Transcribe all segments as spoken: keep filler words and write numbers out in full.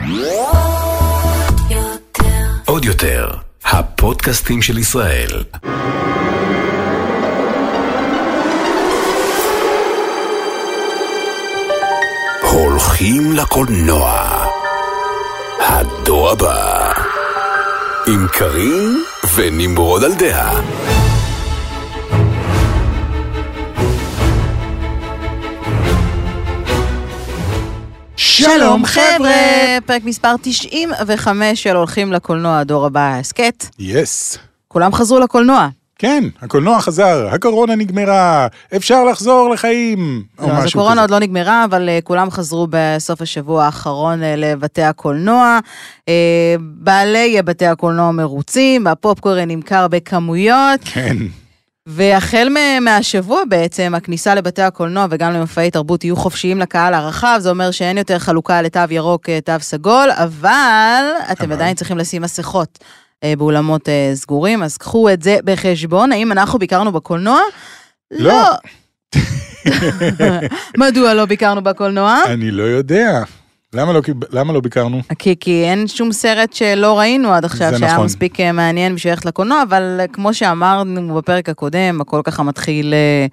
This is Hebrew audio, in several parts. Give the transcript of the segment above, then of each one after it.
עוד יותר, הפודקאסטים של ישראל. הולכים לקולנוע. הדור הבא. עם קרין ונמרוד על דעה. שלום חבר'ה, פרק מספר תשעים וחמש של הולכים לקולנוע, הדור הבא, הסקט. יס. כולם חזרו לקולנוע. כן, הקולנוע חזר, הקורונה נגמרה, אפשר לחזור לחיים. לא, אז הקורונה עוד לא נגמרה, אבל uh, כולם חזרו בסוף השבוע האחרון uh, לבתי הקולנוע. Uh, בעלי בתי הקולנוע מרוצים, הפופקורן נמכר בכמויות. כן. והחל מהשבוע בעצם, הכניסה לבתי הקולנוע וגם למופעי תרבות יהיו חופשיים לקהל הרחב, זה אומר שאין יותר חלוקה לתו ירוק, תו סגול, אבל אתם עדיין צריכים לשים מסכות באולמות סגורים, אז קחו את זה בחשבון. האם אנחנו ביקרנו בקולנוע? לא. מדוע לא ביקרנו בקולנוע? אני לא יודע. למה לא, למה לא ביקרנו? כי, כי אין שום סרט שלא ראינו עד עכשיו, שהיה נכון. מספיק מעניין בשביל ללכת לקולנוע, אבל כמו שאמרנו בפרק הקודם, הכל ככה מתחיל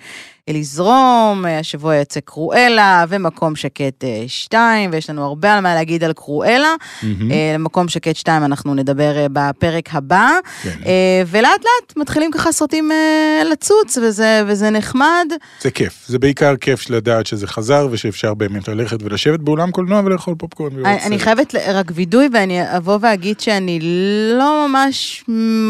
לזרום, השבוע יצא קרואלה, ומקום שקט שתיים, ויש לנו הרבה על מה להגיד על קרואלה, mm-hmm. מקום שקט שתיים אנחנו נדבר בפרק הבא, כן. ולאט לאט מתחילים ככה סרטים לצוץ, וזה, וזה נחמד. זה כיף, זה בעיקר כיף לדעת שזה חזר, ושאפשר באמת ללכת ולשבת באולם קולנוע ולאכול פופקורן. אני, אני חייבת רק וידוי, ואני אבוא ואגיד שאני לא ממש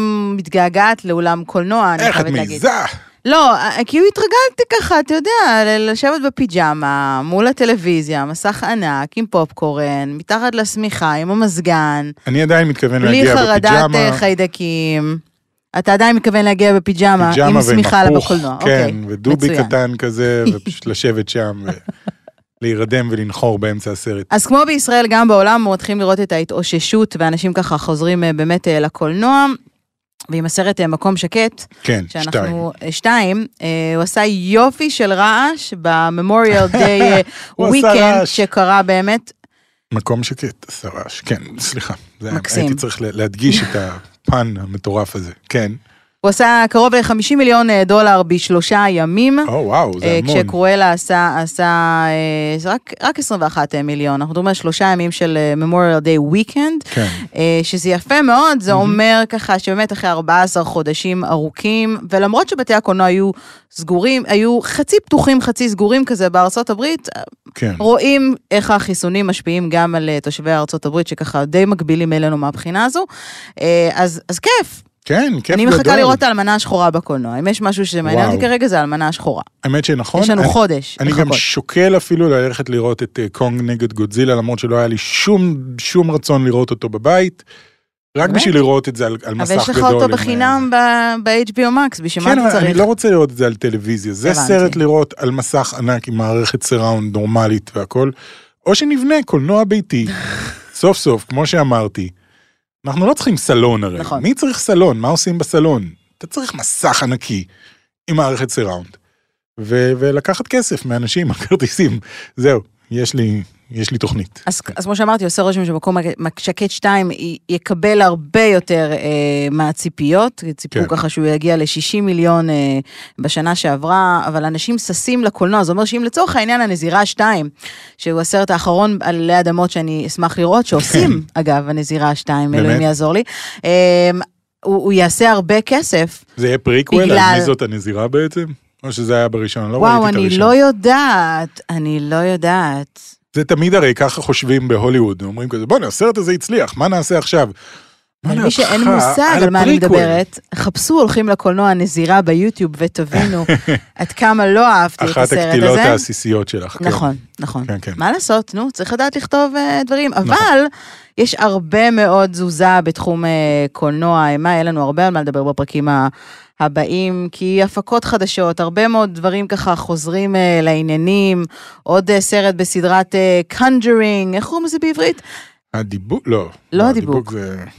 מתגעגעת לאולם קולנוע, איך את מעיזה? לא, כאילו התרגלתי ככה, אתה יודע, לשבת בפיג'מה, מול הטלוויזיה, מסך ענק, עם פופקורן, מתחת לסמיכה, עם המזגן. אני עדיין מתכוון להגיע בפיג'מה. בלי חרדת חיידקים. אתה עדיין מתכוון להגיע בפיג'מה, עם סמיכה לבקולנוע. כן, ודובי קטן כזה, ופשוט לשבת שם, להירדם ולנחור באמצע הסרט. אז כמו בישראל, גם בעולם, מתחילים לראות את ההתאוששות, ואנשים ככה חוזרים באמת לקולנוע. ועם הסרט מקום שקט, כן, שאנחנו, שתיים. שתיים, הוא עשה יופי של רעש בממוריאל דיי וויקנד, שקרה באמת. מקום שקט, עשה רעש, כן, סליחה. מקסים. הייתי צריך להדגיש את הפן המטורף הזה, כן. הוא עשה קרוב ל-חמישים מיליון דולר בשלושה ימים. או, וואו, זה המון. כשקרואלה עשה, עשה רק, רק עשרים ואחד מיליון. אנחנו מדברים על שלושה ימים של Memorial Day Weekend, כן. שזה יפה מאוד, זה אומר ככה שבאמת אחרי ארבעה עשר חודשים ארוכים, ולמרות שבתי הקולנוע היו סגורים, היו חצי פתוחים, חצי סגורים כזה בארצות הברית, כן. רואים איך החיסונים משפיעים גם על תושבי ארצות הברית, שככה די מקבילים אלינו מהבחינה הזו. אז, אז כיף. כן, כיף אני גדול. אני מחכה לראות את האלמנה השחורה בקולנוע. אם יש משהו שמעניין אותי כרגע, זה האלמנה השחורה. האמת שנכון. יש לנו אני, חודש. אני לחכות. גם שוקל אפילו ללכת לראות את קונג נגד גודזילה, למרות שלא היה לי שום, שום רצון לראות אותו בבית, רק באמת? בשביל לראות את זה על, על מסך גדול. אבל יש לך אותו בחינם ב-אייץ' בי או Max, בשביל כן, מה אתה צריך? אני לא רוצה לראות את זה על טלוויזיה. זה הבנתי. סרט לראות על מסך ענק עם מערכת סיראונד נורמלית והכל, או שנבנה קולנוע ביתי, סוף סוף, כמו שאמרתי, אנחנו לא צריכים סלון הרי. נכון. מי צריך סלון? מה עושים בסלון? אתה צריך מסך ענקי עם מערכת סיראונד. ו- ולקחת כסף מאנשים, הכרטיסים. זהו, יש לי, יש לי תוכנית. אז, אז כמו שאמרתי, עושה רושם שבמקום שקט שתיים יקבל הרבה יותר אה, מהציפיות. ציפו כן. ככה שהוא יגיע ל-שישים מיליון אה, בשנה שעברה, אבל אנשים ססים לקולנוע. זה אומר שאם לצורך העניין הנזירה שתיים, שהוא הסרט האחרון על עלי אדמות שאני אשמח לראות, שעושים, אגב, הנזירה שתיים, אלוהים יעזור לי, אה, הוא, הוא יעשה הרבה כסף. זה יהיה פריקוול? בגלל... אז מי זאת הנזירה בעצם? או שזה היה בראשון? לא וואו, ראיתי את הראשון. אני לא יודעת, אני לא יודעת. זה תמיד הרי ככה חושבים בהוליווד, אומרים כזה, בוא, הסרט הזה הצליח, מה נעשה עכשיו? מי שאין מושג על מה אני מדברת, חפשו הולכים לקולנוע נזירה ביוטיוב ותבינו עד כמה לא אהבתי את הסרט הזה. אחת הכתילות העסיסיות שלך. נכון, נכון. מה לעשות? נו, צריך לדעת לכתוב דברים, אבל יש הרבה מאוד תזוזה בתחום קולנוע, מה, היה לנו הרבה על מה לדבר בפרקים הבאים, כי הפקות חדשות, הרבה מאוד דברים ככה חוזרים לעניינים, עוד סרט בסדרת Conjuring, איך קוראים לזה בעברית? הדיבוק? לא. לא הדיבוק.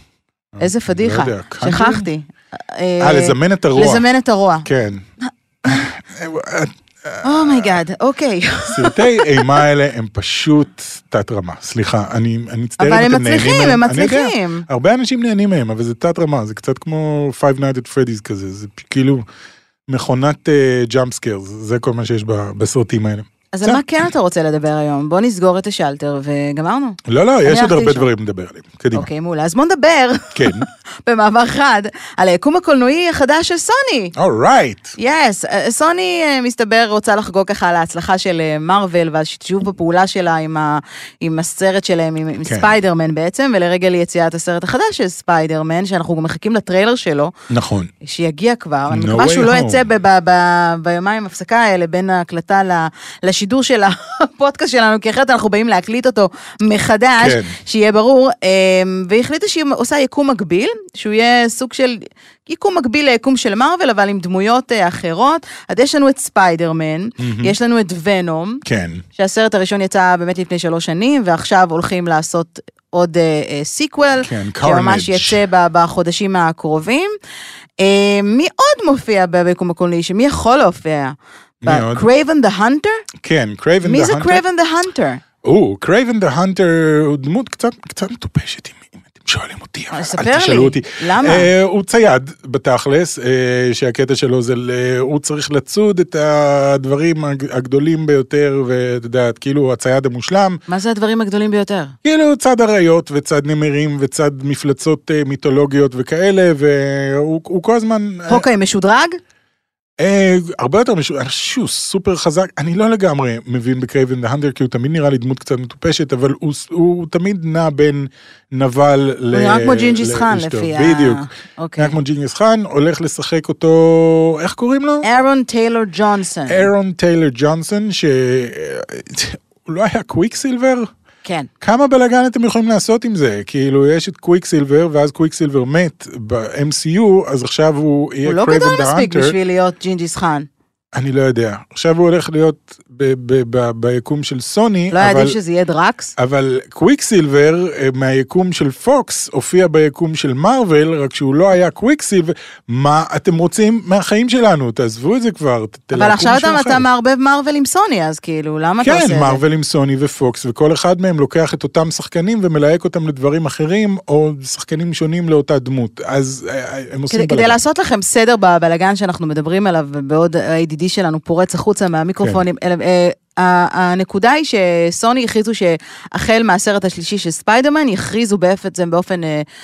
איזה פדיחה, שכחתי. אה, לזמן את הרוע. לזמן את הרוע. כן. אומייגאד, אוקיי. סרטי אימה האלה הם פשוט תת רמה, סליחה, אני מצטער אבל הם מצליחים, הם מצליחים. הרבה אנשים נהנים מהם, אבל זה תת רמה, זה קצת כמו Five Nights at Freddy's כזה, זה כאילו מכונת ג'אמפ סקיירס, זה כל מה שיש בסרטים האלה. אז על מה כן אתה רוצה לדבר היום? בוא נסגור את השלטר וגמרנו. לא, לא, יש עוד הרבה דברים לדבר עליהם. קדימה. אוקיי, מעולה. אז בוא נדבר. כן. במעבר חד, על היקום הקולנועי החדש של סוני. אורייט. יס, סוני מסתבר רוצה לחגוג ככה על ההצלחה של מארוול, והשיתוף בפעולה שלה עם הסרט שלהם, עם ספיידרמן בעצם, ולרגל יציאת הסרט החדש של ספיידרמן, שאנחנו מחכים לטריילר שלו. נכון. שיגיע כבר. אני מקווה שהוא לא יצא ביומיים הפסקה האלה, בין ההקלטה לשיתוף, שידור של הפודקאסט שלנו, כי אחרת אנחנו באים להקליט אותו מחדש, כן. שיהיה ברור, והחליטה שהיא עושה יקום מקביל, שהוא יהיה סוג של יקום מקביל ליקום של מארוול, אבל עם דמויות אחרות. אז יש לנו את ספיידרמן, mm-hmm. יש לנו את ונום, כן. שהסרט הראשון יצא באמת לפני שלוש שנים, ועכשיו הולכים לעשות עוד סיקוול, כן, שממש יצא בחודשים הקרובים. מי עוד מופיע ביקום הקולנועי? שמי יכול להופיע? קרייבן דה הנטר? כן, קרייבן דה הנטר. מי זה קרייבן דה הנטר? או, קרייבן דה הנטר הוא דמות קצת מטופשת, אם אתם שואלים אותי, אל תשאלו אותי. למה? הוא צייד בתכלס, שהקטע שלו זה, הוא צריך לצוד את הדברים הגדולים ביותר, ואת יודעת, כאילו הצייד המושלם. מה זה הדברים הגדולים ביותר? כאילו צד אריות וצד נמרים וצד מפלצות מיתולוגיות וכאלה, והוא כל הזמן... אוקיי, משודרג? הרבה יותר משהו, אני חושב שהוא סופר חזק, אני לא לגמרי מבין בקרייבן דה הנטר, כי הוא תמיד נראה לי דמות קצת מטופשת, אבל הוא תמיד נע בין נבל לאשתו. הוא נראה כמו ג'ינג'יס חאן לפי ה... בדיוק. נראה כמו ג'ינג'יס חאן, הולך לשחק אותו, איך קוראים לו? אירון טיילור ג'ונסון. אירון טיילור ג'ונסון, שהוא לא היה קוויקסילבר? כן. כמה בלגן אתם יכולים לעשות עם זה? כאילו, יש את קוויקסילבר, ואז קוויקסילבר מת ב-אם סי יו, אז עכשיו הוא יהיה קרייבן דה הנטר. הוא לא גדול מספיק בשביל להיות ג'ינג'יס חאן. אני לא יודע. עכשיו הוא הולך להיות ביקום של סוני. לא ידעים שזה יהיה דרקס? אבל קוויקסילבר מהיקום של פוקס הופיע ביקום של מארוול, רק שהוא לא היה קוויקסילבר. מה אתם רוצים מהחיים שלנו? תעזבו את זה כבר. אבל עכשיו אתה מערבב מארוול עם סוני, אז כאילו, למה אתה עושה את זה? כן, מארוול עם סוני ופוקס, וכל אחד מהם לוקח את אותם שחקנים ומלהק אותם לדברים אחרים, או שחקנים שונים לאותה דמות. אז הם עושים בלגן. כדי לעשות לכם סדר בבלגן שאנחנו מדברים עליו, בעוד ה-איי די די שלנו פורץ החוצה מהמיקרופונים, הנקודה היא שסוני הכריזו שהחל מהסרט השלישי של ספיידרמן, יכריזו באופן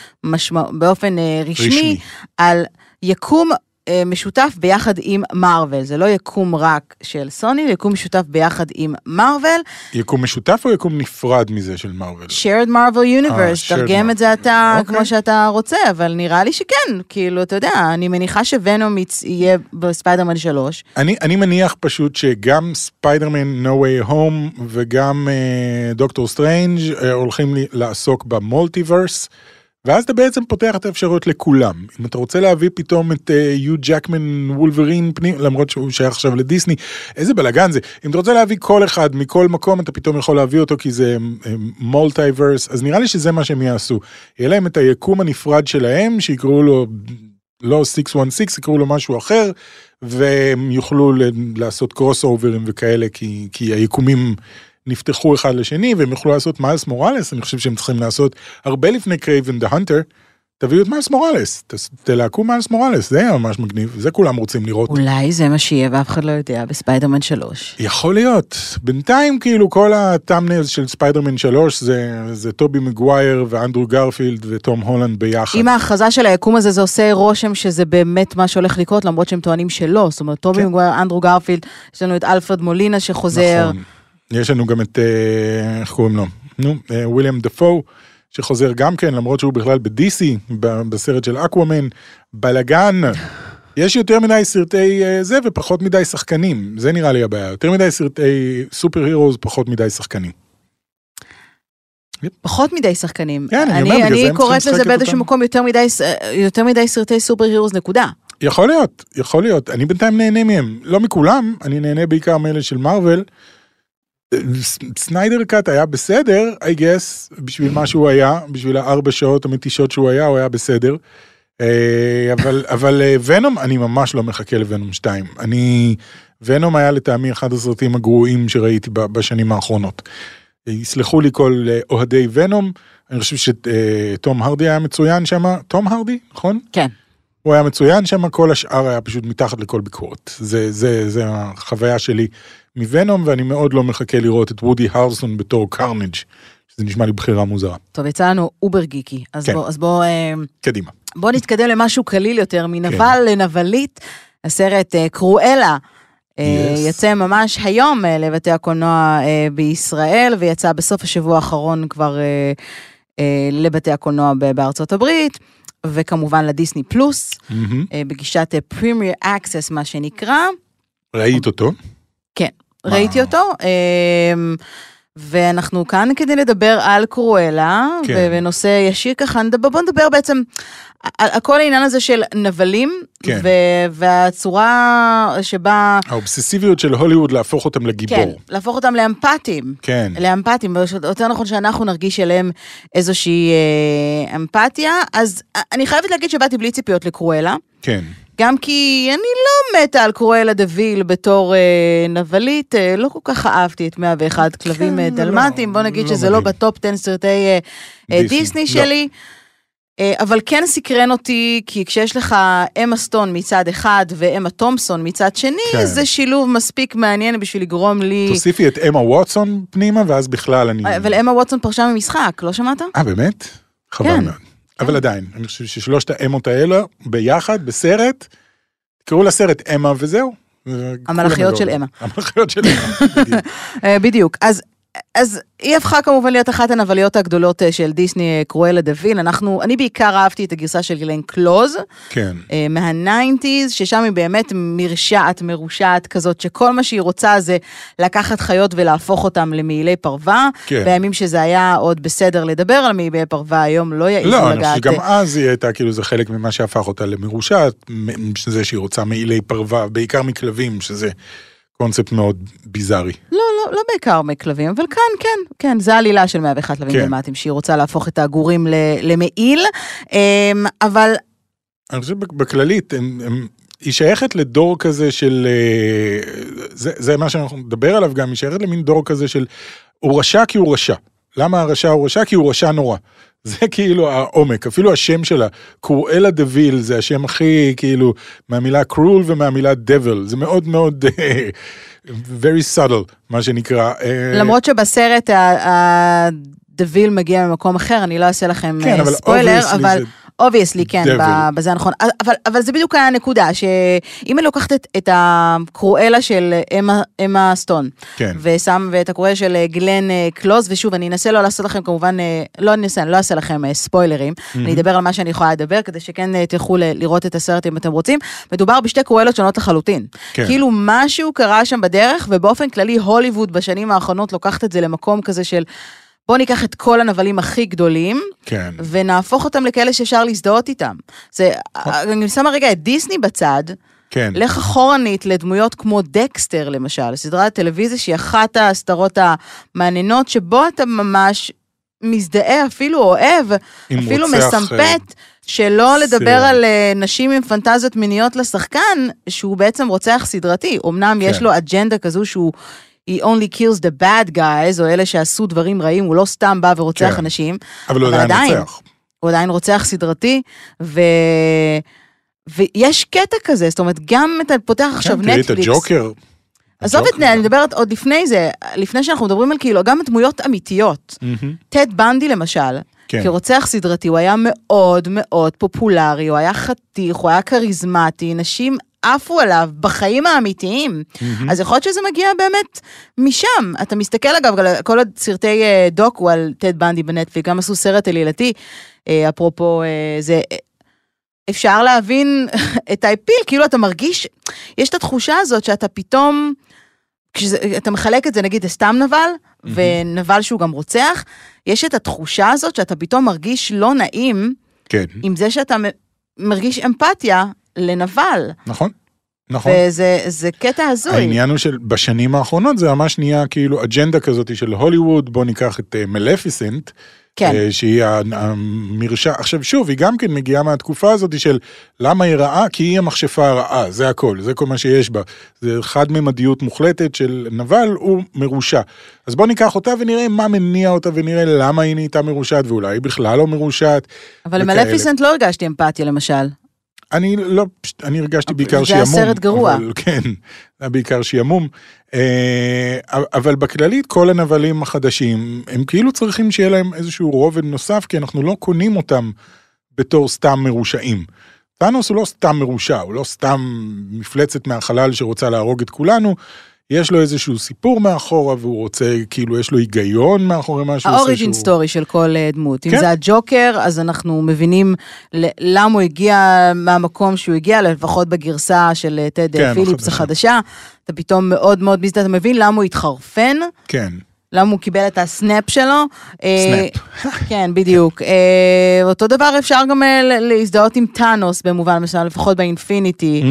באופן רשמי על יקום משותף ביחד עם מארוול. זה לא יקום רק של סוני, זה יקום משותף ביחד עם מארוול. יקום משותף או יקום נפרד מזה של מארוול? Shared Marvel Universe, תרגם את זה אתה כמו שאתה רוצה, אבל נראה לי שכן, כאילו, אתה יודע, אני מניחה שוונום יהיה בספיידרמן שלוש. אני מניח פשוט שגם ספיידרמן No Way Home וגם דוקטור סטרנג' הולכים לעסוק במולטיברס, ואז אתה בעצם פותח את האפשרויות לכולם. אם אתה רוצה להביא פתאום את יו ג'קמן וולברין פנים, למרות שהוא שייך עכשיו לדיסני, איזה בלגן זה. אם אתה רוצה להביא כל אחד מכל מקום, אתה פתאום יכול להביא אותו כי זה מולטיברס, אז נראה לי שזה מה שהם יעשו. יהיה להם את היקום הנפרד שלהם, שיקראו לו, לא שש מאות שש עשרה, יקראו לו משהו אחר, והם יוכלו לעשות קרוס אוברים וכאלה, כי, כי היקומים נפתחו אחד לשני, והם יוכלו לעשות מיילס מוראלס, אני חושב שהם צריכים לעשות הרבה לפני קרייבן דה הנטר, תביאו את מיילס מוראלס, תלהקו מיילס מוראלס, זה היה ממש מגניב, זה כולם רוצים לראות. אולי זה מה שיהיה, ואף אחד לא יודע, בספיידרמן שלוש. יכול להיות, בינתיים כאילו כל הטאמניילס של ספיידרמן שלוש, זה, זה טובי מגווייר ואנדרו גרפילד וטום הולנד ביחד. עם ההכרזה של היקום הזה, זה עושה רושם שזה באמת מה שהולך לקרות, למרות שהם טוענים שלא, זאת אומרת, טובי מגווייר, אנדרו גרפילד, יש לנו את אלפרד מולינה שחוזר. נכון. יש לנו גם את, איך קוראים לו? נו, וויליאם דפו, שחוזר גם כן, למרות שהוא בכלל ב-די סי, בסרט של אקוואמן, בלגן. יש יותר מדי סרטי זה, ופחות מדי שחקנים. זה נראה לי הבעיה. יותר מדי סרטי סופר הירוז, פחות מדי שחקנים. פחות מדי שחקנים. כן, אני אומר, בגלל זה אני קוראת לזה באיזשהו מקום יותר מדי, יותר מדי סרטי סופר הירוז, נקודה. יכול להיות, יכול להיות. אני בינתיים נהנה מהם. לא מכולם, אני נהנה בעיקר מאלה של מארוול. סניידר קאט היה בסדר, I guess, בשביל מה שהוא היה, בשביל הארבע שעות המתישות שהוא היה, הוא היה בסדר. אבל, אבל ונום, אני ממש לא מחכה לוונום שתיים. אני, ונום היה לטעמי אחד הסרטים הגרועים שראיתי בשנים האחרונות. יסלחו לי כל אוהדי ונום, אני חושב שתום הרדי היה מצוין שם, תום הרדי, נכון? כן. הוא היה מצוין שם, כל השאר היה פשוט מתחת לכל ביקורת. זה, זה, זה החוויה שלי מוונום, ואני מאוד לא מחכה לראות את וודי הרסון בתור קרנג', שזה נשמע לי בחירה מוזרה. טוב, יצא לנו אובר גיקי, אז כן. בוא, אז בוא, קדימה. בוא נתקדם למשהו קליל יותר, מנבל כן. לנבלית, הסרט קרואלה, yes. יצא ממש היום לבתי הקולנוע בישראל, ויצא בסוף השבוע האחרון כבר לבתי הקולנוע בארצות הברית, וכמובן לדיסני פלוס, mm-hmm. בגישת פרימייר אקסס, מה שנקרא. ראית אותו? כן, מה? ראיתי אותו, ואנחנו כאן כדי לדבר על קרואלה, כן. ובנושא ישיר ככה, בוא נדבר בעצם על כל העניין הזה של נבלים, כן. והצורה שבה... האובססיביות של הוליווד להפוך אותם לגיבור. כן, להפוך אותם לאמפתיים. כן. לאמפתיים, יותר נכון שאנחנו נרגיש אליהם איזושהי אה, אמפתיה, אז אני חייבת להגיד שבאתי בלי ציפיות לקרואלה. כן. גם כי אני לא מתה על קרואלה דוויל בתור אה, נבלית, אה, לא כל כך אהבתי את מאה ואחד כלבים כן, דלמטיים, לא, בוא נגיד לא שזה מדהים. לא בטופ עשר סרטי אה, דיסני, דיסני שלי. לא. אבל כן סקרן אותי, כי כשיש לך אמה סטון מצד אחד, ואמה תומפסון מצד שני, כן. זה שילוב מספיק מעניין בשביל לגרום לי... תוסיפי את אמה ווטסון פנימה, ואז בכלל אני... אבל אמה ווטסון פרשה ממשחק, לא שמעת? אה, באמת? חבל כן. מאוד. כן. אבל עדיין, אני חושב ששלושת האמות האלה, ביחד, בסרט, קראו לסרט אמה וזהו. המלאכיות של אמה. המלאכיות של אמה. בדיוק. אז... אז היא הפכה כמובן להיות אחת הנבליות הגדולות של דיסני, קרואלה דוויל. אנחנו, אני בעיקר אהבתי את הגרסה של גילן קלוז, כן. מה-ניינטיז, ששם היא באמת מרשעת, מרושעת כזאת, שכל מה שהיא רוצה זה לקחת חיות ולהפוך אותם למעילי פרווה, כן. בימים שזה היה עוד בסדר לדבר על מעילי פרווה, היום לא יעיזו לא, לגעת. לא, גם אז היא הייתה, כאילו זה חלק ממה שהפך אותה למרושעת, שזה שהיא רוצה מעילי פרווה, בעיקר מכלבים, שזה... קונספט מאוד ביזארי. לא, לא, לא בעיקר מכלבים, אבל כאן, כן, כן, זה העלילה של מאה ואחד כלבים דלמטיים, שהיא רוצה להפוך את הגורים למעיל, אבל... אני חושב בכללית, היא שייכת לדור כזה של, זה מה שאנחנו נדבר עליו גם, היא שייכת למין דור כזה של, הוא רשע כי הוא רשע. למה הרשע הוא רשע? כי הוא רשע נורא. זה כאילו העומק, אפילו השם שלה, קרואלה דוויל, זה השם הכי כאילו, מהמילה קרול ומהמילה דבל, זה מאוד מאוד, very subtle, מה שנקרא. למרות שבסרט הדוויל מגיע ממקום אחר, אני לא אעשה לכם ספוילר, אבל... obviously, כן, בזה נכון. אבל, אבל זה בדיוק הנקודה, שאם אני לוקחת את, את הקרואלה של אמה, אמה סטון, כן. ושם ואת הקרואלה של גלן קלוז, ושוב, אני אנסה לא לעשות לכם, כמובן, לא אנסה, אני לא אעשה לכם ספוילרים, mm-hmm. אני אדבר על מה שאני יכולה לדבר, כדי שכן תלכו לראות את הסרט אם אתם רוצים. מדובר בשתי קרואלות שונות לחלוטין. כן. כאילו משהו קרה שם בדרך, ובאופן כללי, הוליווד בשנים האחרונות לוקחת את זה למקום כזה של... בוא ניקח את כל הנבלים הכי גדולים, כן. ונהפוך אותם לכאלה שאפשר להזדהות איתם. זה, אני שמה רגע את דיסני בצד, כן. לך אחורנית לדמויות כמו דקסטר למשל, סדרת טלוויזיה שהיא אחת הסדרות המעניינות, שבו אתה ממש מזדהה, אפילו אוהב, אפילו מסמפת, שלא לדבר על נשים עם פנטזיות מיניות לשחקן, שהוא בעצם רוצח סדרתי. אמנם כן. יש לו אג'נדה כזו שהוא... he only kills the bad guys, או אלה שעשו דברים רעים, הוא לא סתם בא ורוצח כן. אנשים. אבל הוא עדיין עדיין רוצח. הוא עדיין רוצח סדרתי, ו... ויש קטע כזה, זאת אומרת, גם אתה פותח כן, עכשיו נטפליקס. כן, תראי את הג'וקר. עזוב את, אני מדברת עוד לפני זה, לפני שאנחנו מדברים על כאילו, גם דמויות אמיתיות. טד בנדי למשל, כן. כרוצח סדרתי, הוא היה מאוד מאוד פופולרי, הוא היה חתיך, הוא היה קריזמטי, נשים עפו עליו בחיים האמיתיים. Mm-hmm. אז יכול להיות שזה מגיע באמת משם. אתה מסתכל אגב, על כל הסרטי דוקו על טד בנדי בנטפליקס, גם עשו סרט אלילתי, אפרופו זה, אפשר להבין את האפיל, כאילו אתה מרגיש, יש את התחושה הזאת שאתה פתאום, כשאתה מחלק את זה נגיד סתם נבל, mm-hmm. ונבל שהוא גם רוצח, יש את התחושה הזאת שאתה פתאום מרגיש לא נעים, כן. עם זה שאתה מרגיש אמפתיה, לנבל. נכון, נכון. וזה זה קטע הזוי. העניין הוא של בשנים האחרונות זה ממש נהיה כאילו אג'נדה כזאת של הוליווד, בוא ניקח את מלפיסנט, כן. שהיא המרשע, עכשיו שוב, היא גם כן מגיעה מהתקופה הזאת של למה היא רעה, כי היא המכשפה הרעה, זה הכל, זה כל מה שיש בה, זה חד-ממדיות מוחלטת של נבל, הוא מרושע. אז בוא ניקח אותה ונראה מה מניע אותה, ונראה למה היא נהייתה מרושעת, ואולי היא בכלל לא מרושעת. אבל למלפיסנט לא הרגשתי אמפתיה למשל. אני לא, אני הרגשתי בעיקר שימום. זה הסרט גרוע. אבל, כן, זה בעיקר שימום. אבל בכללית, כל הנבלים החדשים, הם כאילו צריכים שיהיה להם איזשהו רובד נוסף, כי אנחנו לא קונים אותם בתור סתם מרושעים. טאנוס הוא לא סתם מרושע, הוא לא סתם מפלצת מהחלל שרוצה להרוג את כולנו, יש לו איזשהו סיפור מאחורה, והוא רוצה, כאילו, יש לו היגיון מאחורי משהו. האוריג'ין סטורי של כל דמות. אם זה הג'וקר, אז אנחנו מבינים למה הוא הגיע מהמקום שהוא הגיע, לפחות בגרסה של טד פיליפס החדשה. אתה פתאום מאוד מאוד מזדהה, אתה מבין למה הוא התחרפן? כן. למה הוא קיבל את הסנאפ שלו. סנאפ. כן, בדיוק. אותו דבר אפשר גם להזדהות עם טאנוס, במובן מסוים, לפחות באינפיניטי.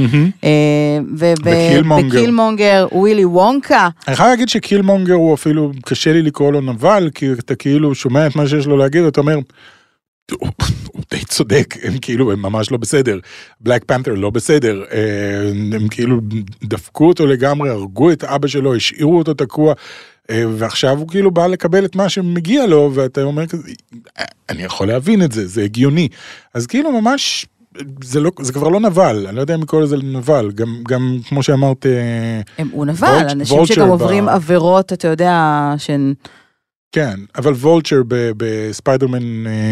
ובקילמונגר, ווילי וונקה. אני חייב להגיד שקילמונגר הוא אפילו, קשה לי לקרוא לו נבל, כי אתה כאילו שומע את מה שיש לו להגיד, ואתה אומר, הוא די צודק, הם כאילו, הם ממש לא בסדר. בלק פנת'ר לא בסדר. הם כאילו דפקו אותו לגמרי, הרגו את אבא שלו, השאירו אותו תקוע, ועכשיו הוא כאילו בא לקבל את מה שמגיע לו, ואתה אומר כזה, אני יכול להבין את זה, זה הגיוני. אז כאילו ממש, זה, לא, זה כבר לא נבל, אני לא יודע אם לקרוא לזה נבל, גם, גם כמו שאמרת... הם, הוא נבל, וולצ', אנשים שגם ב... עוברים עבירות, אתה יודע, שהן... כן, אבל וולצ'ר בספיידרמן,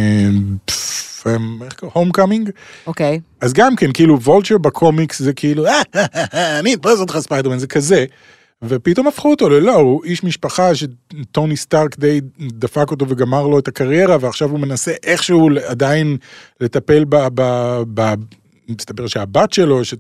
הום קאמינג, אוקיי. אז גם כן, כאילו וולצ'ר בקומיקס זה כאילו, אני אתפרס אותך ספיידרמן, זה כזה, ופתאום הפכו אותו ללא, הוא איש משפחה שטוני סטארק די דפק אותו וגמר לו את הקריירה, ועכשיו הוא מנסה איכשהו עדיין לטפל ב... ב, ב מסתבר שהבת שלו, ש,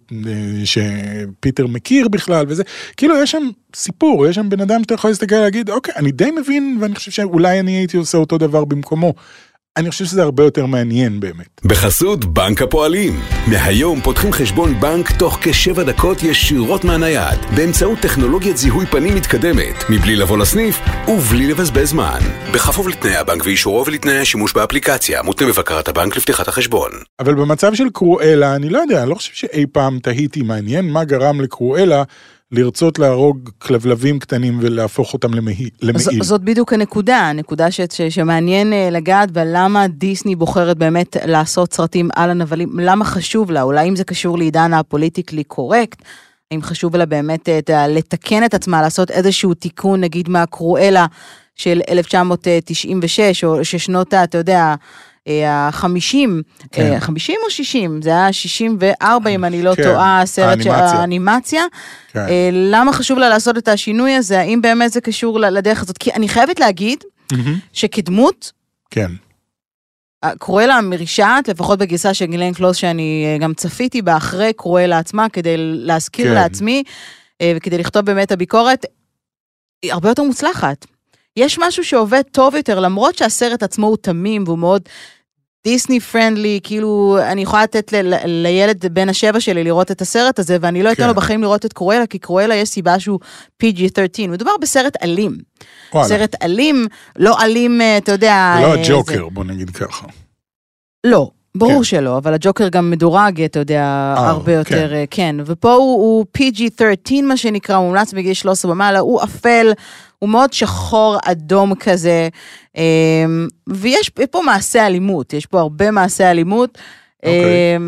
שפיטר מכיר בכלל, וזה, כאילו יש שם סיפור, יש שם בן אדם שאתה יכול להסתכל להגיד, אוקיי, אני די מבין, ואני חושב שאולי אני הייתי עושה אותו דבר במקומו. אני חושב שזה הרבה יותר מעניין באמת. בחסות בנק הפועלים. מהיום פותחים חשבון בנק תוך כשבע דקות ישירות מהנייד, באמצעות טכנולוגיית זיהוי פנים מתקדמת, מבלי לבוא לסניף ובלי לבזבז זמן. בכפוף לתנאי הבנק ואישורו ולתנאי השימוש באפליקציה, מותנה בבקרת הבנק לפתיחת החשבון. אבל במצב של קרואלה, אני לא יודע, אני לא חושב שאי פעם תהיתי מעניין מה גרם לקרואלה לרצות להרוג כלבלבים קטנים ולהפוך אותם למעיל. זאת בדיוק הנקודה, הנקודה שמעניין לגעת ולמה דיסני בוחרת באמת לעשות סרטים על הנבלים, למה חשוב לה, אולי אם זה קשור לעידן הפוליטיקלי קורקט, אם חשוב לה באמת לתקן את עצמה, לעשות איזשהו תיקון, נגיד מהקרואלה של אלף תשע מאות תשעים ושש, או ששנות, אתה יודע, החמישים, חמישים או שישים, זה היה שישים וארבע אם אני לא טועה, סרט של האנימציה, למה חשוב לה לעשות את השינוי הזה, האם באמת זה קשור לדרך הזאת, כי אני חייבת להגיד, שכדמות, קרואלה המרשעת, לפחות בגרסה של גילן קלוס, שאני גם צפיתי בה אחרי קרואלה עצמה, כדי להזכיר לעצמי, וכדי לכתוב באמת הביקורת, היא הרבה יותר מוצלחת. יש משהו שעובד טוב יותר, למרות שהסרט עצמו הוא תמים, והוא מאוד דיסני פרנדלי, כאילו, אני יכולה לתת ל- ל- לילד בין השבע שלי לראות את הסרט הזה, ואני לא אתן כן. לו בחיים לראות את קרואלה, כי קרואלה יש סיבה שהוא פי ג'י שלוש עשרה, מדובר בסרט אלים. וואלה. סרט אלים, לא אלים, אתה יודע... לא הג'וקר, זה... בוא נגיד ככה. לא. ברור כן. שלא, אבל הג'וקר גם מדורג, אתה יודע, أو, הרבה יותר, כן, כן. ופה הוא, הוא פי ג'י שלוש עשרה, מה שנקרא, הוא מומלץ בגיל שלוש עשרה במעלה, הוא אפל, הוא מאוד שחור אדום כזה, ויש פה מעשה אלימות, יש פה הרבה מעשה אלימות. אוקיי.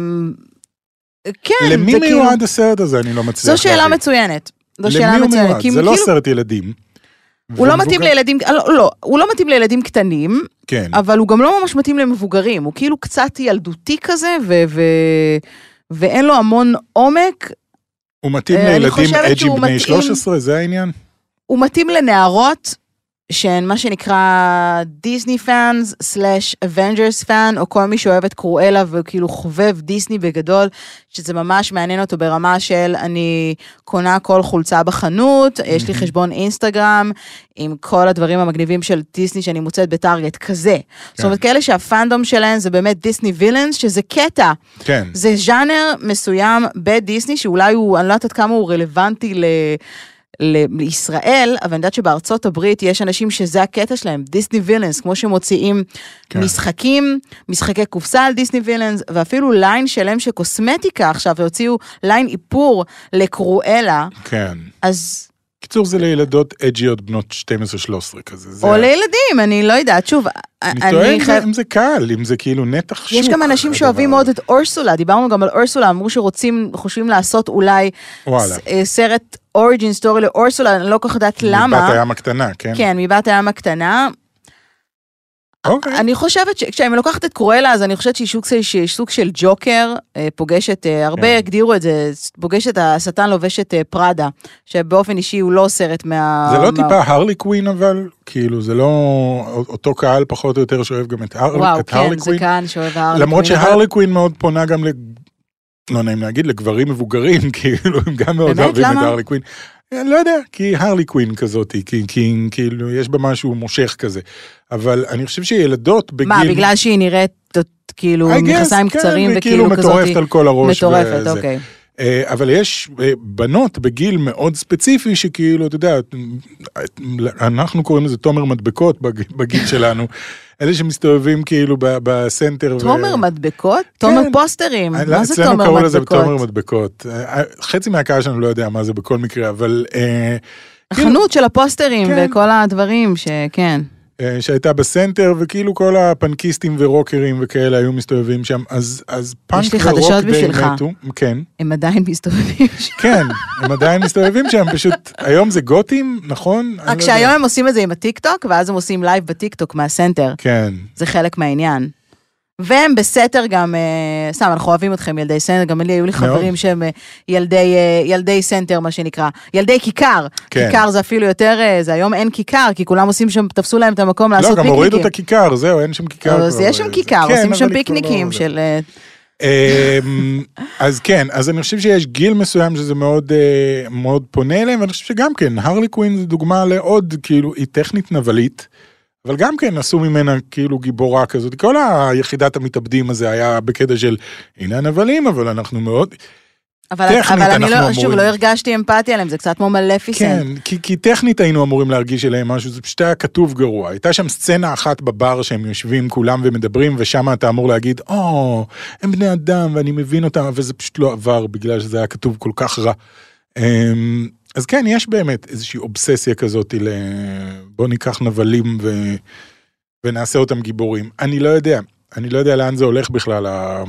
כן. למי מיועד הסרט הזה? אני לא מצליח. זו שאלה מצוינת. למי הוא מיועד? זה לא סרט ילדים. הוא לא מתאים לילדים, לא, לא, הוא לא מתאים לילדים קטנים, כן. אבל הוא גם לא ממש מתאים למבוגרים, הוא כאילו קצת ילדותי כזה, ו- ו- ואין לו המון עומק. הוא מתאים לילדים אג'י בני שלוש עשרה, זה העניין? הוא מתאים לנערות, שהן מה שנקרא דיסני פאנס, סלאש אבנג'רס פאן, או כל מי שאוהב את קרואלה, וכאילו חובב דיסני בגדול, שזה ממש מעניין אותו ברמה של, אני קונה כל חולצה בחנות, יש לי חשבון אינסטגרם, עם כל הדברים המגניבים של דיסני, שאני מוצאת בטארגט כזה. זאת אומרת, כאלה שהפאנדום שלהן, זה באמת דיסני וילאנס, שזה קטע. כן. זה ז'אנר מסוים בדיסני, שאולי הוא, אני לא יודעת כמה הוא רלוונטי ל... לישראל, אבל אני יודעת שבארצות הברית יש אנשים שזה הקטע שלהם, דיסני וילנס, כמו שמוציאים כן. משחקים, משחקי קופסה על דיסני וילנס, ואפילו ליין שלם של קוסמטיקה עכשיו, והוציאו ליין איפור לקרואלה. כן. אז... קיצור זה לילדות אג'יות בנות שתים עשרה שלוש עשרה כזה. או לילדים, אני לא יודעת, שוב, אני טועה אם זה קל, אם זה כאילו נתח שוק. יש גם אנשים שאוהבים מאוד את אורסולה, דיברנו גם על אורסולה, אמרו שרוצים, חושבים לעשות אולי סרט אוריג'ין סטורי לאורסולה, אני לא כל כך יודעת למה. מבת הים הקטנה, כן. כן, מבת הים הקטנה. אני חושבת שכשאני לוקחת את קרואלה, אז אני חושבת שהיא סוג של ג'וקר, פוגשת, הרבה הגדירו את זה, פוגשת השטן לובשת פרדה, שבאופן אישי הוא לא סרט מה... זה לא טיפה הרלי קווין אבל, כאילו זה לא אותו קהל פחות או יותר שאוהב גם את הרלי קווין. וואו, כן, זה קהל שאוהב הרלי קווין. למרות שהרלי קווין מאוד פונה גם, לא נעים להגיד, לגברים מבוגרים, כאילו הם גם מאוד אוהבים את הרלי קווין. אני לא יודע, כי הרלי קווין כזאת, כי, כי כאילו יש בה משהו מושך כזה, אבל אני חושב שילדות בגיל... מה, בגלל שהיא נראית כאילו מכנסיים קצרים וכאילו כזאת... מטורפת על כל הראש. מטורפת, אוקיי. אבל יש בנות בגיל מאוד ספציפי שכאילו, אתה יודע, אנחנו קוראים לזה תומר מדבקות בגיל שלנו, אלה שמסתובבים כאילו בסנטר. תומר מדבקות? תומר פוסטרים? מה זה תומר מדבקות? אצלנו קראו לזה תומר מדבקות. חצי מהקהל שלנו לא יודע מה זה בכל מקרה, אבל... החנות של הפוסטרים וכל הדברים שכן. שהייתה בסנטר, וכאילו כל הפנקיסטים ורוקרים וכאלה היו מסתובבים שם, אז, אז פאנק ורוק די מתו. כן. הם עדיין מסתובבים שם. כן, הם עדיין מסתובבים שם, פשוט, היום זה גותים, נכון? רק שהיום הם עושים את זה עם הטיק-טוק, ואז הם עושים לייב בטיק-טוק מהסנטר. כן. זה חלק מהעניין. והם בסתר גם, סתם, אנחנו אוהבים אתכם ילדי סנטר, גם לי היו לי חברים שהם ילדי, ילדי סנטר, מה שנקרא, ילדי כיכר, כן. כיכר זה אפילו יותר, זה היום אין כיכר, כי כולם עושים שם, תפסו להם את המקום לעשות פיקניקים. לא, גם הורידו את הכיכר, זהו, אין שם כיכר. אז יש שם כיכר, כן, עושים שם פיקניקים של... אז כן, אז אני חושב שיש גיל מסוים שזה מאוד, מאוד פונה אליהם, ואני חושב שגם כן, הרלי קווין זה דוגמה לעוד, כאילו, היא טכנית נבלית, אבל גם כן עשו ממנה כאילו גיבורה כזאת, כל היחידת המתאבדים הזה היה בקטע של, הנה הנבלים, אבל אנחנו מאוד, אבל, טכנית אבל אנחנו אני לא, אמורים... שוב, לא הרגשתי אמפתיה עליהם, זה קצת כמו מלפיסנט. כן, כי, כי טכנית היינו אמורים להרגיש אליהם משהו, זה פשוט היה כתוב גרוע, הייתה שם סצנה אחת בבר שהם יושבים כולם ומדברים, ושם אתה אמור להגיד, או, הם בני אדם ואני מבין אותם, אבל זה פשוט לא עבר, בגלל שזה היה כתוב כל כך רע. אז כן, יש באמת איזושהי אובססיה כזאת, בוא ניקח נבלים ו... ונעשה אותם גיבורים. אני לא יודע, אני לא יודע לאן זה הולך בכלל,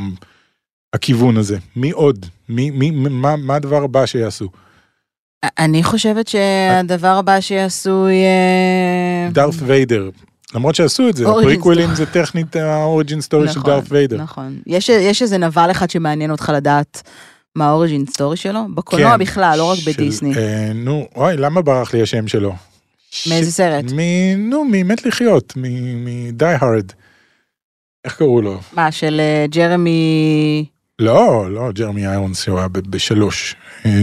הכיוון הזה. מי עוד? מי, מי, מה, מה הדבר הבא שיעשו? אני חושבת שהדבר הבא שיעשו יהיה... דארת ויידר. למרות שעשו את זה, הפריקווילים זה טכנית האוריג'ין סטורי של דארת ויידר. נכון, יש איזה נבל אחד שמעניין אותך לדעת מה האוריג'ין סטורי שלו? בקולנוע בכלל, לא רק בדיסני. נו, וואי, למה ברח לי השם שלו? מאיזה סרט? נו, ממת לחיות, מ-Die Hard. איך קראו לו? מה, של ג'רמי... לא, לא, ג'רמי איירונס שהוא היה בשלוש.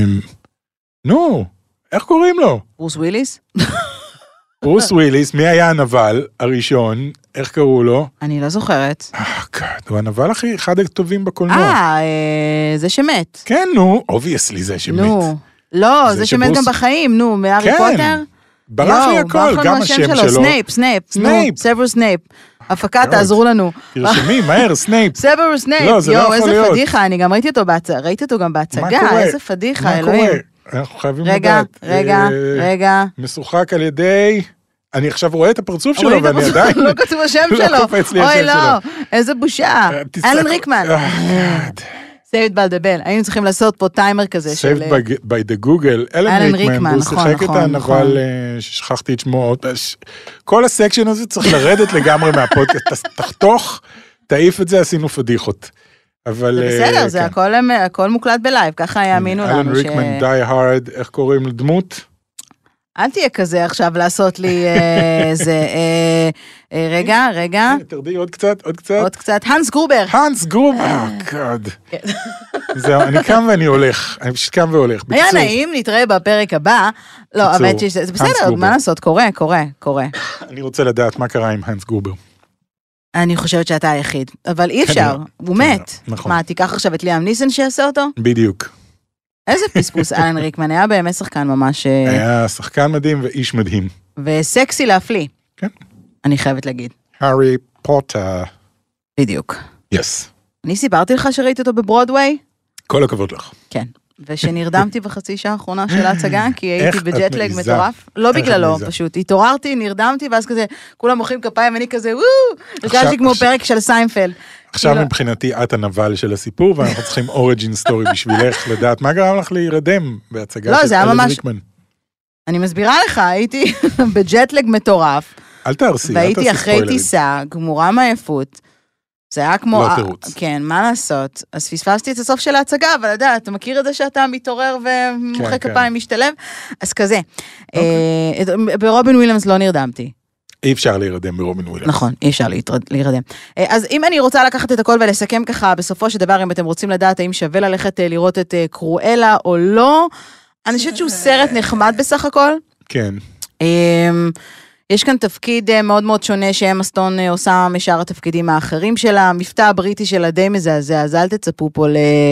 נו, איך קוראים לו? ברוס וויליס? ברוס וויליס, מי היה הנבל הראשון? איך קראו לו? אני לא זוכרת. אה, גאד, הוא הנבל הכי אחד הטובים בקולנוע. אה, זה שמת. כן, נו, אובייסלי זה שמת. נו, לא, זה שמת גם בחיים, נו, מהארי פוטר. ברח לי הכל, גם השם שלו. סנייפ, סנייפ, סנייפ, סברוס סנייפ. הפקה, תעזרו לנו. תרשמי, מהר, סנייפ. סברוס סנייפ, יואו, איזה פדיחה, אני גם ראיתי אותו בהצגה, ראיתי אותו גם בהצגה, איזה פדיחה, אלוהים. מה קורה? אנחנו חייבים לדעת. רגע, רגע, רגע. משוחק על ידי... אני עכשיו רואה את הפרצוף שלו, ואני עדיין... לא כתוב השם שלו. אוי, לא, איזה בושה. אלן ריקמן. Saved by the Bell. היינו צריכים לעשות פה טיימר כזה של... Saved by the Google. אלן ריקמן, הוא שיחק את הנבל ששכחתי את שמו. כל הסקשן הזה צריך לרדת לגמרי מהפודקאסט. תחתוך, תעיף את זה, עשינו פדיחות. אבל... זה בסדר, זה הכל מוקלט בלייב, ככה יאמינו לנו. אלן ריקמן, Die Hard, איך קוראים לדמות? אל תהיה כזה עכשיו לעשות לי איזה, רגע, רגע. תרדי עוד קצת, עוד קצת. עוד קצת, הנס גרובר. הנס גרובר, גאד. זהו, אני קם ואני הולך, אני פשוט קם והולך. היה נעים, נתראה בפרק הבא. לא, האמת שזה בסדר, מה לעשות, קורה, קורה, קורה. אני רוצה לדעת מה קרה עם הנס גרובר. אני חושבת שאתה היחיד, אבל אי אפשר, הוא מת. מה, תיקח עכשיו את ליאם ניסן שיעשה אותו? בדיוק. איזה פספוס, אלן ריקמן, היה באמת שחקן ממש... היה שחקן מדהים ואיש מדהים. וסקסי להפליא. כן. אני חייבת להגיד. הארי פוטר. בדיוק. יס. אני סיפרתי לך שראיתי אותו בברודוויי? כל הכבוד לך. כן. ושנרדמתי בחצי שעה האחרונה של ההצגה, כי הייתי בג'טלג מטורף. לא בגללו, פשוט. התעוררתי, נרדמתי, ואז כזה, כולם מוחאים כפיים, ואני כזה, וואו, הרגשתי כמו פרק של סיינפלד. עכשיו מבחינתי את הנבל של הסיפור, ואנחנו צריכים אוריג'ין סטורי בשבילך, לדעת מה גרם לך להירדם בהצגה של אלן ריקמן. אני מסבירה לך, הייתי בג'טלג מטורף. אל תערסי, אל תעשי ספוילרים. והייתי אחרי טיסה, גמורה מעייפות. זה היה כמו... לא תירוץ. כן, מה לעשות? אז פספסתי את הסוף של ההצגה, אבל יודע, אתה מכיר את זה שאתה מתעורר ומוחא כפיים משתלב? אז כזה. ברובין וויליאמס לא נרדמתי. אי אפשר להירדם ברובין וויליאמס. נכון, אי אפשר להירדם. אז אם אני רוצה לקחת את הכל ולסכם ככה, בסופו של דבר, אם אתם רוצים לדעת האם שווה ללכת לראות את קרואלה או לא, אני חושבת שהוא סרט נחמד בסך הכל. כן. יש כאן תפקיד מאוד מאוד שונה שאמה סטון עושה משאר התפקידים האחרים שלה, המבטא הבריטי שלה די מזעזע, אז אל תצפו פה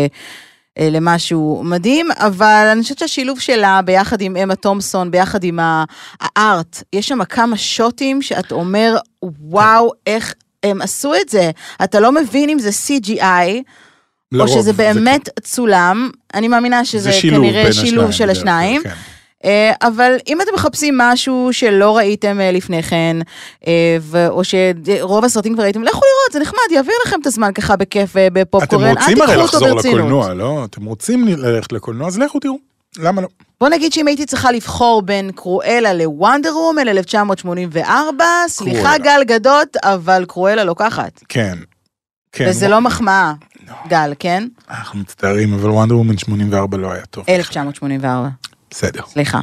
למשהו מדהים, אבל אני חושבת שהשילוב שלה ביחד עם אמה תומפסון, ביחד עם הארט, יש שם כמה שוטים שאת אומר, וואו, איך הם עשו את זה, אתה לא מבין אם זה סי ג'י איי, או שזה באמת צולם, אני מאמינה שזה כנראה שילוב של השניים, אבל אם אתם מחפשים משהו שלא ראיתם לפני כן, או שרוב הסרטים כבר ראיתם, לכו לראות, זה נחמד, יעביר לכם את הזמן ככה בכיף בפופקורן, אתם רוצים הרי לחזור לקולנוע, לא? אתם רוצים ללכת לקולנוע, אז לכו תראו, למה לא? בוא נגיד שאם הייתי צריכה לבחור בין קרואלה לוונדר וומן אלף תשע מאות שמונים וארבע, סליחה גל גדות, אבל קרואלה לוקחת. כן. וזה לא מחמאה, גל, כן? אנחנו מצטערים, אבל וונדר וומן שמונים וארבע לא היה טוב. אלף תשע מאות שמונים וארבע. בסדר. סליחה.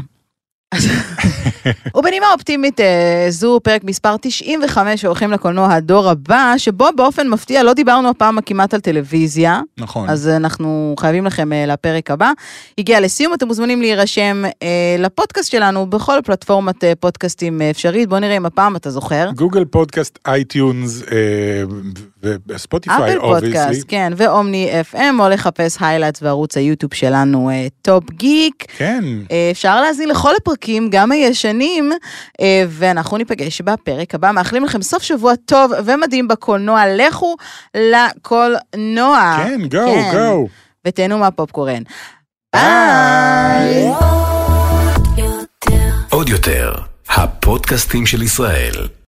ובנימה אופטימית זו פרק מספר תשעים וחמש שהולכים לקולנוע הדור הבא, שבו באופן מפתיע לא דיברנו הפעם כמעט על טלוויזיה. נכון. אז אנחנו חייבים לכם לפרק הבא. הגיע לסיום, אתם מוזמנים להירשם לפודקאסט שלנו בכל פלטפורמת פודקאסטים אפשרית. בוא נראה אם הפעם אתה זוכר. גוגל פודקאסט, אייטיונס וספוטיפיי, אפל פודקאסט, כן, ואומני אף אם, או לחפש היילייטס וערוץ היוטיוב שלנו, טופ גיק. כן. אפשר להזין לכל הפרקים, גם הישנים, ואנחנו ניפגש בפרק הבא. מאחלים לכם סוף שבוע טוב ומדהים בקולנוע. לכו לקולנוע. כן, גו, גו. ותהנו מהפופקורן. ביי. עוד יותר, הפודקאסטים של ישראל.